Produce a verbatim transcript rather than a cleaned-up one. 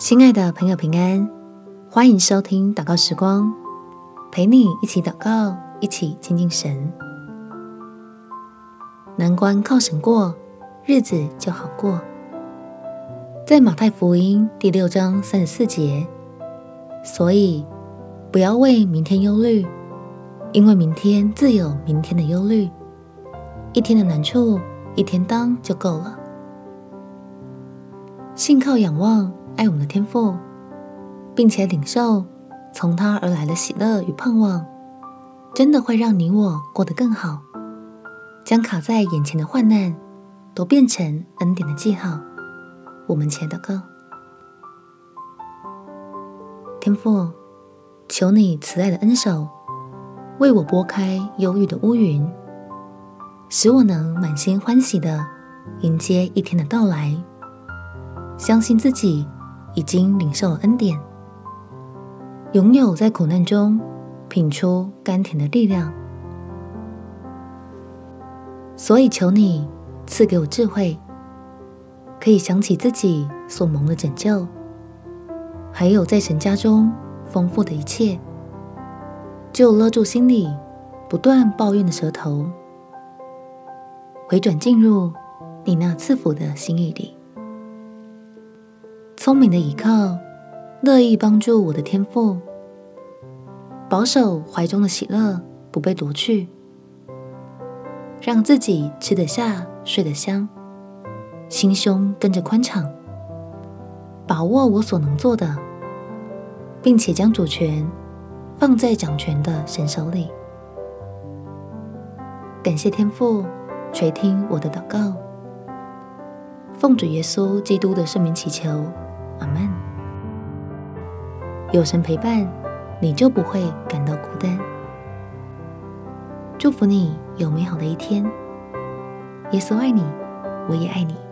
亲爱的朋友平安，欢迎收听祷告时光，陪你一起祷告，一起亲近神。难关靠神过，日子就好过。在马太福音第六章三十四节，所以不要为明天忧虑，因为明天自有明天的忧虑，一天的难处一天当就够了。信靠仰望爱我们的天父，并且领受从他而来的喜乐与盼望，真的会让你我过得更好，将卡在眼前的患难都变成恩典的记号。我们且祷告。天父，求你慈爱的恩手为我拨开忧郁的乌云，使我能满心欢喜地迎接一天的到来，相信自己已经领受了恩典，拥有在苦难中品出甘甜的力量。所以求你赐给我智慧，可以想起自己所蒙的拯救，还有在神家中丰富的一切，就勒住心里不断抱怨的舌头，回转进入你那赐福的心意里。聪明的倚靠，乐意帮助我的天父，保守怀中的喜乐不被夺去，让自己吃得下睡得香，心胸跟着宽敞，把握我所能做的，并且将主权放在掌权的神手里。感谢天父垂听我的祷告，奉主耶稣基督的圣名祈求，阿们。有神陪伴，你就不会感到孤单。祝福你有美好的一天。耶稣爱你，我也爱你。